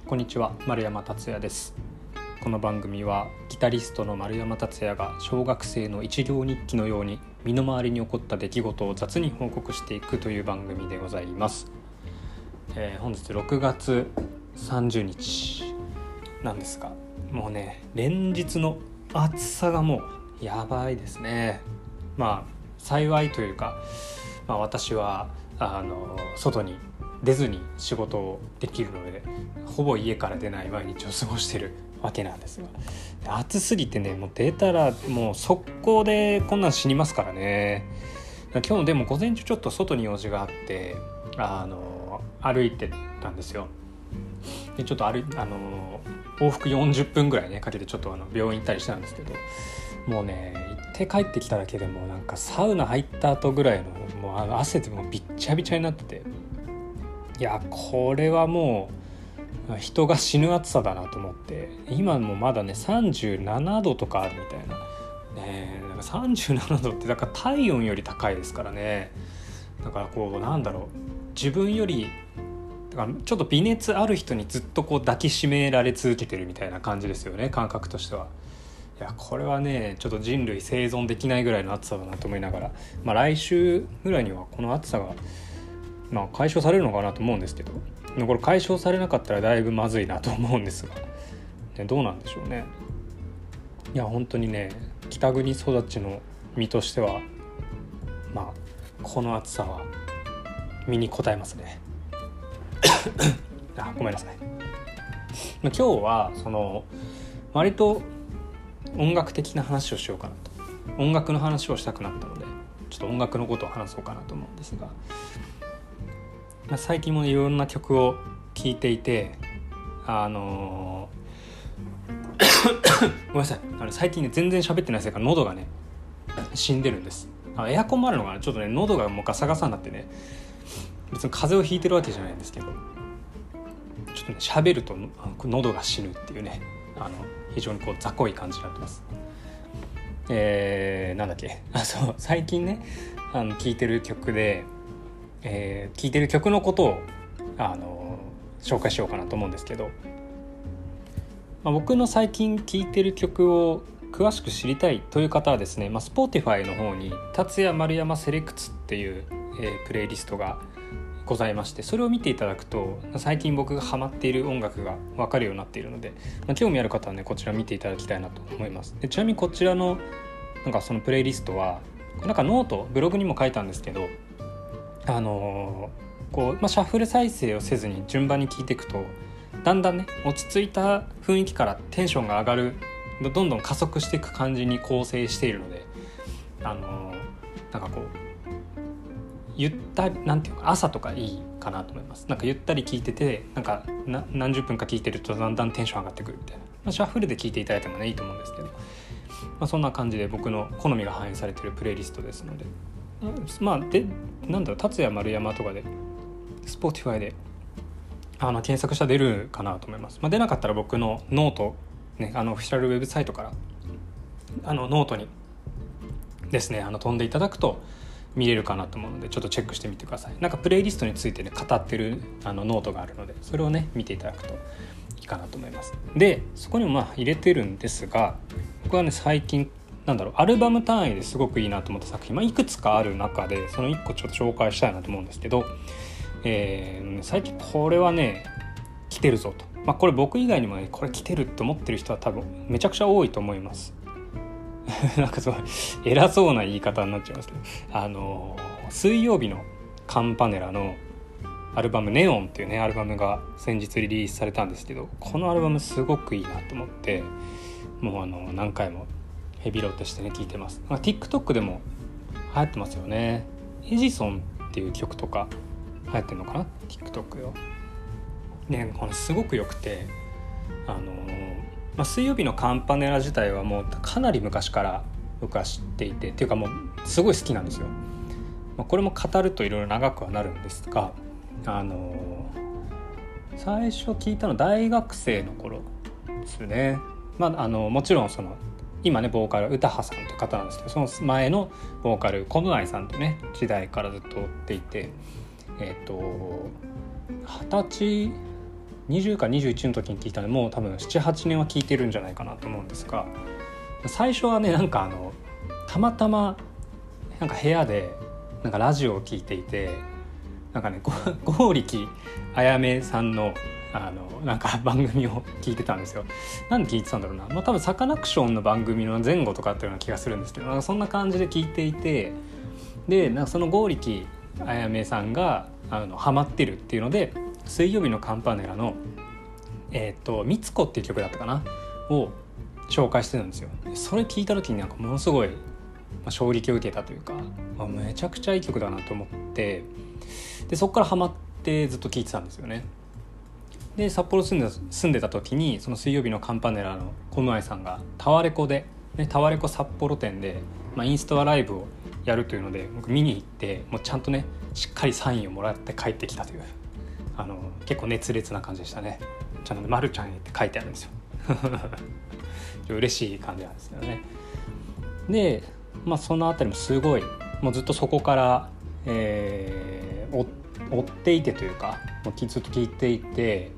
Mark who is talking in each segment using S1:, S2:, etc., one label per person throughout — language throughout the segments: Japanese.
S1: こんにちは、丸山達也です。この番組はギタリストの丸山達也が小学生の一行日記のように身の回りに起こった出来事を雑に報告していくという番組でございます。本日6月30日なんですが、もうね、連日の暑さがもうやばいですね。幸いというか、私は外に出ずに仕事をできるので、ほぼ家から出ない毎日を過ごしているわけなんですが、暑すぎてね、もう出たらもう速攻でこんなん死にますからね。今日でも午前中ちょっと外に用事があって歩いてたんですよ。でちょっと往復40分ぐらいねかけてちょっと病院行ったりしたんですけど、もうね行って帰ってきただけでもなんかサウナ入った後ぐらいのもう汗でもびっちゃびちゃになってて、いやこれはもう人が死ぬ暑さだなと思って、今もまだね37度とかあるみたいなね。なんか37度ってだから体温より高いですからね。だからこう自分よりだからちょっと微熱ある人にずっとこう抱きしめられ続けてるみたいな感じですよね、感覚としては。いやこれはねちょっと人類生存できないぐらいの暑さだなと思いながら、来週ぐらいにはこの暑さが解消されるのかなと思うんですけど、これ解消されなかったらだいぶまずいなと思うんですが、どうなんでしょうね。いや本当にね、北国育ちの身としてはこの暑さは身に応えますねごめんなさい。今日は割と音楽的な話をしようかなと、音楽の話をしたくなったのでちょっと音楽のことを話そうかなと思うんですが、最近もいろんな曲を聴いていてごめんなさい、最近ね全然喋ってないせいか喉がね死んでるんです。エアコンもあるのかな、ちょっとね喉がもうガサガサになってね、別に風邪をひいてるわけじゃないんですけど、ちょっとね喋ると喉が死ぬっていうね、非常にこう雑魚い感じになってます。そう最近ね聴いてる曲で、聴いてる曲のことを紹介しようかなと思うんですけど、僕の最近聴いてる曲を詳しく知りたいという方はですね、Spotify の方に達也丸山セレクツっていう、プレイリストがございまして、それを見ていただくと最近僕がハマっている音楽が分かるようになっているので、興味ある方はねこちら見ていただきたいなと思います。でちなみにこちらのそのプレイリストはノートブログにも書いたんですけど、シャッフル再生をせずに順番に聴いていくとだんだんね落ち着いた雰囲気からテンションが上がる、どんどん加速していく感じに構成しているので、ゆったり朝とかいいかなと思います。ゆったり聴いてて何十分か聴いてるとだんだんテンション上がってくるみたいな、シャッフルで聴いていただいてもねいいと思うんですけど、そんな感じで僕の好みが反映されているプレイリストですので、達也丸山とかで Spotify で検索したら出るかなと思います。出なかったら僕のノートね、オフィシャルウェブサイトからノートにですね飛んでいただくと見れるかなと思うので、ちょっとチェックしてみてください。プレイリストについてね語ってるノートがあるので、それをね見ていただくといいかなと思います。でそこにも入れてるんですが、僕はね最近アルバム単位ですごくいいなと思った作品、いくつかある中でその1個ちょっと紹介したいなと思うんですけど、最近これはね来てるぞと、これ僕以外にもねこれ来てるって思ってる人は多分めちゃくちゃ多いと思いますすごい偉そうな言い方になっちゃいますけど、水曜日のカンパネラのアルバムネオンっていうねアルバムが先日リリースされたんですけど、このアルバムすごくいいなと思って、もう何回もヘビロテしてね聴いてます。TikTok でも流行ってますよね。エジソンっていう曲とか流行ってるのかな TikTok よね。これすごく良くて、水曜日のカンパネラ自体はもうかなり昔から僕は知っていて、っていうかもうすごい好きなんですよ。これも語るといろいろ長くはなるんですが、最初聞いたの大学生の頃ですね。もちろん今ねボーカル歌羽さんという方なんですけど、その前のボーカル小野内さんとね時代からずっと追っていて、20歳 20か21の時に聞いたのでもう多分 7,8 年は聞いてるんじゃないかなと思うんですが、最初はねなんかたまたまなんか部屋でなんかラジオを聞いていて、なんかね剛力あやめさんのなんか番組を聞いてたんですよ。なんで聞いてたんだろうな、多分サカナクションの番組の前後とかっていうような気がするんですけど、なんかそんな感じで聞いていて、でなんかその剛力あやめさんがハマってるっていうので水曜日のカンパネラのみつこっていう曲だったかなを紹介してるんですよ。それ聞いた時になんかものすごい衝撃を受けたというか、めちゃくちゃいい曲だなと思って、でそこからハマってずっと聴いてたんですよね。で札幌住んでた時にその水曜日のカンパネラのコムアイさんがタワレコで、タワレコ札幌店で、インストアライブをやるというので僕見に行って、もうちゃんとねしっかりサインをもらって帰ってきたという結構熱烈な感じでしたね。ちゃんとマルちゃんへって書いてあるんですよ嬉しい感じなんですよね。でそのあたりもすごいもうずっとそこから、追っていてというかもうずっと聞いていて、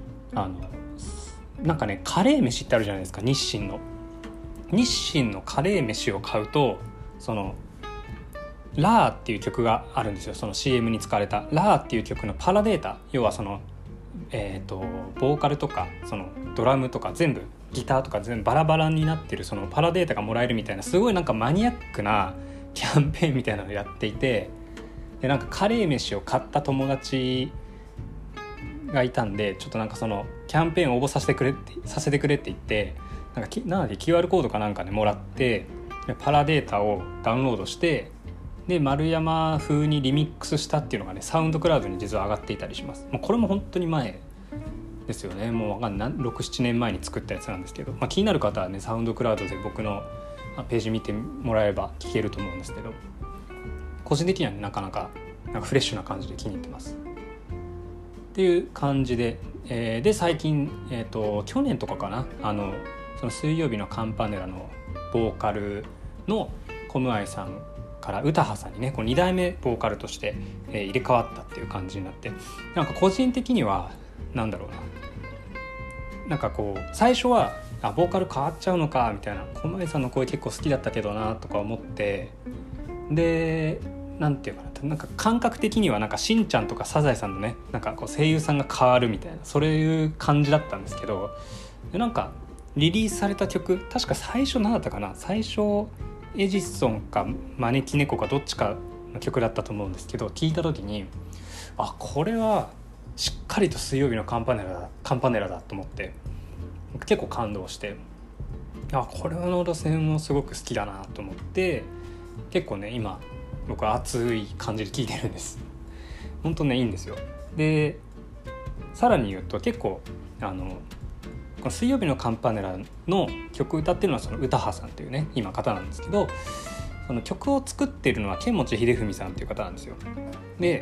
S1: なんかねカレー飯ってあるじゃないですか。日清のカレー飯を買うとそのラーっていう曲があるんですよ。その CM に使われたラーっていう曲のパラデータ、要はそのボーカルとかそのドラムとか全部ギターとか全部バラバラになってるそのパラデータがもらえるみたいな、すごいなんかマニアックなキャンペーンみたいなのをやっていて、でなんかカレー飯を買った友達がいたんで、ちょっとなんかそのキャンペーンを応募させてくれって言って、なので QR コードかなんかでもらってパラデータをダウンロードして、で丸山風にリミックスしたっていうのがねサウンドクラウドに実は上がっていたりします。もうこれも本当に前ですよね。もうわかんない 6,7 年前に作ったやつなんですけど、気になる方はねサウンドクラウドで僕のページ見てもらえば聞けると思うんですけど、個人的にはねなかなかフレッシュな感じで気に入ってますっていう感じで、で最近、去年とかかなその水曜日のカンパネラのボーカルのコムアイさんから歌羽さんにねこう2代目ボーカルとして、入れ替わったっていう感じになって、なんか個人的にはなんだろうな、なんかこう最初はボーカル変わっちゃうのかみたいな、コムアイさんの声結構好きだったけどなとか思って、でなんていうかな、なんか感覚的にはなんかしんちゃんとかサザエさんのねなんかこう声優さんが変わるみたいなそういう感じだったんですけど、でなんかリリースされた曲確か最初何だったかな、最初エジソンか招き猫かどっちかの曲だったと思うんですけど、聞いた時にこれはしっかりと水曜日のカンパネラだと思って結構感動して、これの路線もすごく好きだなと思って、結構ね今僕は熱い感じで聴いてるんです。本当ねいいんですよ。でさらに言うと結構この水曜日のカンパネラの曲歌ってるのはその歌羽さんっていうね今方なんですけど、その曲を作ってるのは剣持秀文さんっていう方なんですよ。で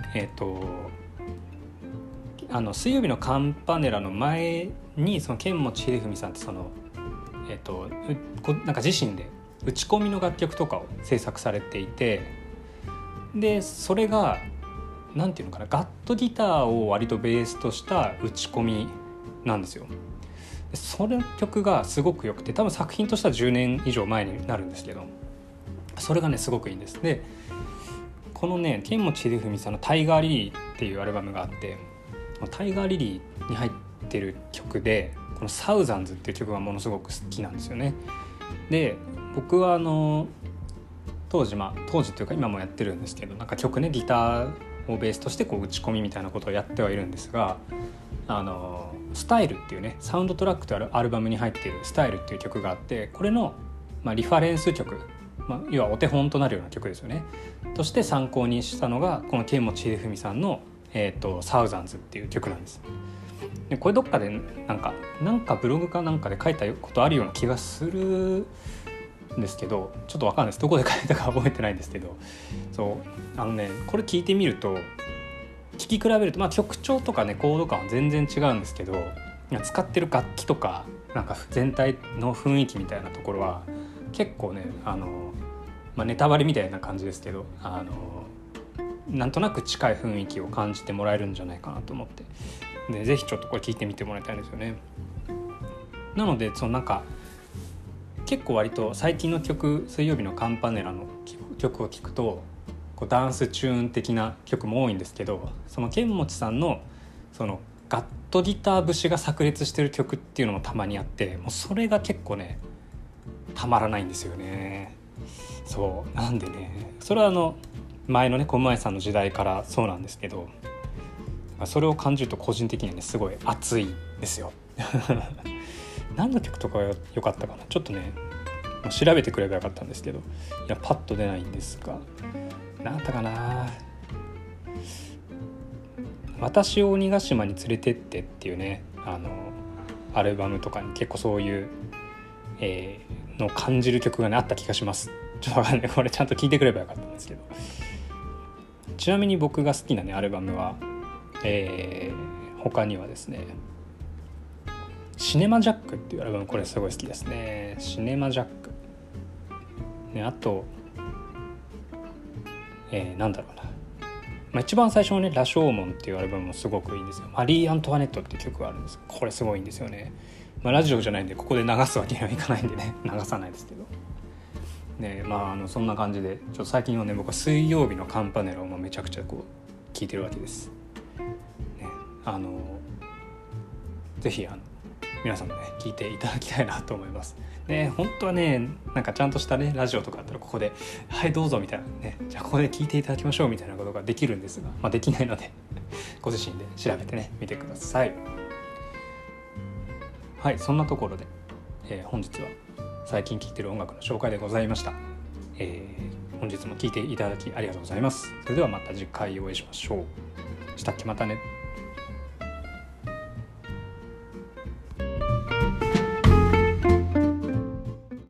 S1: 水曜日のカンパネラの前にその剣持秀文さんってそのなんか自身で打ち込みの楽曲とかを制作されていて、でそれがなんていうのかな、ガットギターを割とベースとした打ち込みなんですよ。その曲がすごく良くて、多分作品としては10年以上前になるんですけど、それがねすごくいいんです。でこのね剣持秀文さんのタイガーリリーっていうアルバムがあって、タイガーリリーに入ってる曲でこのサウザンズっていう曲がものすごく好きなんですよね。で僕は当時というか今もやってるんですけど、なんか曲ねギターをベースとしてこう打ち込みみたいなことをやってはいるんですが、スタイルっていうねサウンドトラックとアルバムに入っているスタイルっていう曲があって、これの、リファレンス曲、要はお手本となるような曲ですよねとして参考にしたのがこの剣持秀文さんの、サウザンズっていう曲なんです。でこれどっかでなんかブログかなんかで書いたことあるような気がするんですけど、ちょっと分かんないです、どこで書いたか覚えてないんですけど、そうこれ聞いてみると聞き比べると、曲調とかねコード感は全然違うんですけど、使ってる楽器とかなんか全体の雰囲気みたいなところは結構ねネタバレみたいな感じですけどなんとなく近い雰囲気を感じてもらえるんじゃないかなと思って、でぜひちょっとこれ聞いてみてもらいたいんですよね。なのでなんか結構割と最近の曲、水曜日のカンパネラの曲を聴くとこうダンスチューン的な曲も多いんですけど、その剣持さんのそのガットギター節が炸裂してる曲っていうのもたまにあって、もうそれが結構ねたまらないんですよね。そうなんでね、それは前のね小前さんの時代からそうなんですけど、それを感じると個人的にはねすごい熱いんですよ何の曲とかが良かったかな、ちょっとね調べてくればよかったんですけど、いやパッと出ないんですが、何だったかな、私を鬼ヶ島に連れてってっていうねアルバムとかに結構そういう、のを感じる曲がねあった気がします。ちょっとわかんない、これちゃんと聞いてくればよかったんですけど、ちなみに僕が好きなねアルバムは、他にはですねシネマジャックっていうアルバム、これすごい好きですね。シネマジャック、ね、あと、なんだろうな、一番最初のねラショーモンっていうアルバムもすごくいいんですよ。マリー・アントワネットっていう曲があるんです。これすごいんですよね。ラジオじゃないんでここで流すわけにはいかないんでね流さないですけどね。そんな感じでちょっと最近はね僕は水曜日のカンパネラをめちゃくちゃこう聞いてるわけです、ね、ぜひ皆さんもね聞いていただきたいなと思いますね。本当はねなんかちゃんとしたねラジオとかあったらここではいどうぞみたいなね、じゃあここで聞いていただきましょうみたいなことができるんですが、できないのでご自身で調べてね見てください。はい、そんなところで、本日は最近聴いてる音楽の紹介でございました。本日も聴いていただきありがとうございます。それではまた次回お会いしましょう。したっけ、またね。